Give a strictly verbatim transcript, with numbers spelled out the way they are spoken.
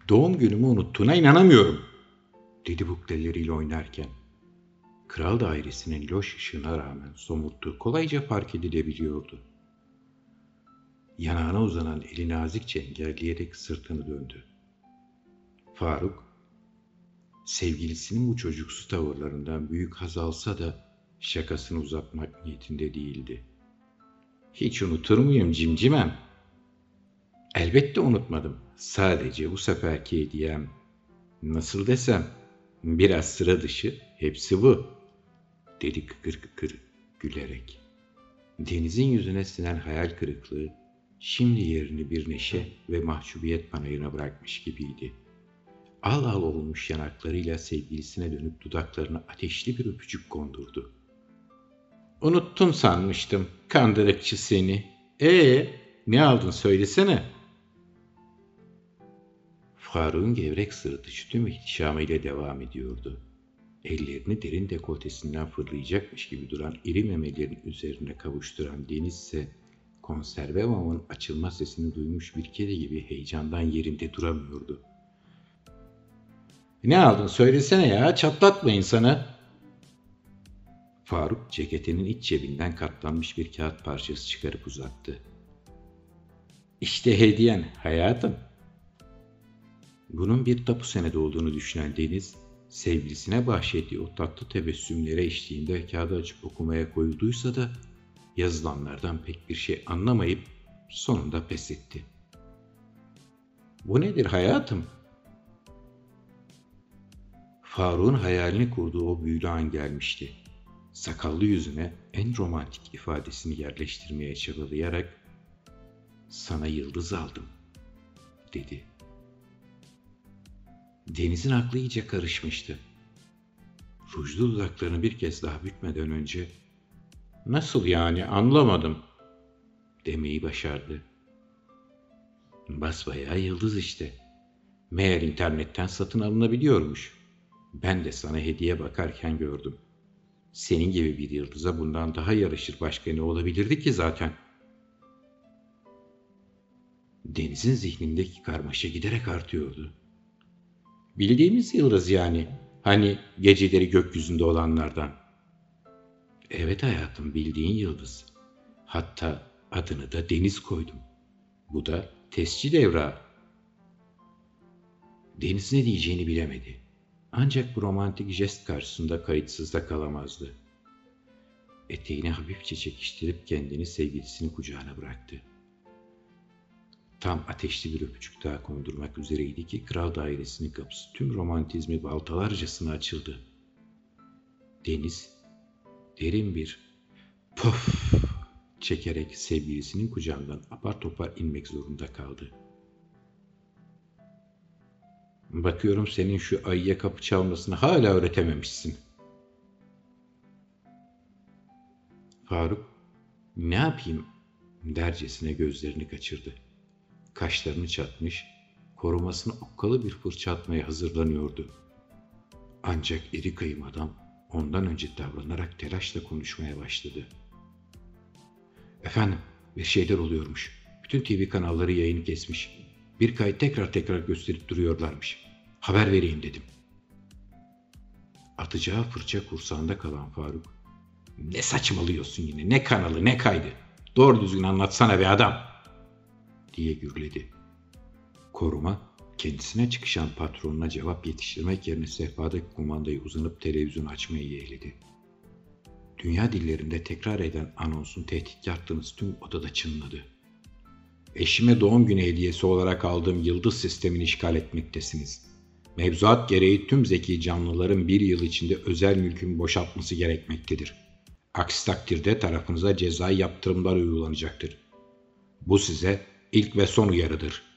Doğum günümü unuttuğuna inanamıyorum, dedi bukleleriyle oynarken. Kral dairesinin loş ışığına rağmen somurttuğu kolayca fark edilebiliyordu. Yanağına uzanan eli nazikçe engelleyerek sırtını döndü. Faruk, sevgilisinin bu çocuksu tavırlarından büyük haz alsa da şakasını uzatmak niyetinde değildi. Hiç unutur muyum cimcimem? Elbette unutmadım. Sadece bu seferki hediyem, nasıl desem, biraz sıra dışı, hepsi bu, dedi kıkır kıkır gülerek. Denizin yüzüne sinen hayal kırıklığı, şimdi yerini bir neşe ve mahcubiyet panayırına bırakmış gibiydi. Al al olmuş yanaklarıyla sevgilisine dönüp dudaklarına ateşli bir öpücük kondurdu. Unuttun sanmıştım, kandırıkçı seni. Ee, ne aldın söylesene. Faruk'un gevrek sırıtışı tüm ihtişamıyla devam ediyordu. Ellerini derin dekoltesinden fırlayacakmış gibi duran iri memelerin üzerine kavuşturan Deniz ise konserve mamın açılma sesini duymuş bir kedi gibi heyecandan yerinde duramıyordu. Ne aldın söylesene ya, çatlatma insanı. Faruk ceketinin iç cebinden katlanmış bir kağıt parçası çıkarıp uzattı. İşte hediyen hayatım. Bunun bir tapu senedi olduğunu düşünen Deniz, sevgilisine bahşettiği o tatlı tebessümlere eşliğinde kağıdı açıp okumaya koyulduysa da yazılanlardan pek bir şey anlamayıp sonunda pes etti. Bu nedir hayatım? Faruk'un hayalini kurduğu o büyülü an gelmişti. Sakallı yüzüne en romantik ifadesini yerleştirmeye çabalayarak "Sana yıldız aldım," dedi. Deniz'in aklı iyice karışmıştı. Rujlu dudaklarını bir kez daha bükmeden önce "Nasıl yani, anlamadım," demeyi başardı. Basbayağı yıldız işte. Meğer internetten satın alınabiliyormuş. Ben de sana hediye bakarken gördüm. Senin gibi bir yıldıza bundan daha yaraşır başka ne olabilirdi ki zaten? Deniz'in zihnindeki karmaşa giderek artıyordu. Bildiğimiz yıldız yani. Hani geceleri gökyüzünde olanlardan. Evet hayatım, bildiğin yıldız. Hatta adını da Deniz koydum. Bu da tescil evrağı. Deniz ne diyeceğini bilemedi. Ancak bu romantik jest karşısında kayıtsız da kalamazdı. Eteğini hafifçe çekiştirip kendini sevgilisinin kucağına bıraktı. Tam ateşli bir öpücük daha kondurmak üzereydi ki kral dairesinin kapısı tüm romantizmi baltalarcasına açıldı. Deniz derin bir "Puf!" çekerek sevgilisinin kucağından apar topar inmek zorunda kaldı. Bakıyorum senin şu ayıya kapı çalmasını hala öğretememişsin. Faruk, ne yapayım dercesine gözlerini kaçırdı. Kaşlarını çatmış, korumasını okkalı bir fırça atmaya hazırlanıyordu. Ancak iri kıyım adam ondan önce davranarak telaşla konuşmaya başladı. Efendim, bir şeyler oluyormuş. Bütün T V kanalları yayını kesmiş. Bir kayıt tekrar tekrar gösterip duruyorlarmış. Haber vereyim dedim. Atacağı fırça kursağında kalan Faruk, "Ne saçmalıyorsun yine, ne kanalı ne kaydı. Doğru düzgün anlatsana be adam," diye gürledi. Koruma kendisine çıkışan patronuna cevap yetiştirmek yerine sehpadaki kumandayı uzanıp televizyonu açmayı yeğledi. Dünya dillerinde tekrar eden anonsun tehditkar tınısı tüm odada çınladı. "Eşime doğum günü hediyesi olarak aldığım yıldız sistemini işgal etmektesiniz. Mevzuat gereği tüm zeki canlıların bir yıl içinde özel mülkün boşaltması gerekmektedir. Aksi takdirde tarafınıza cezai yaptırımlar uygulanacaktır. Bu size ilk ve son uyarıdır,"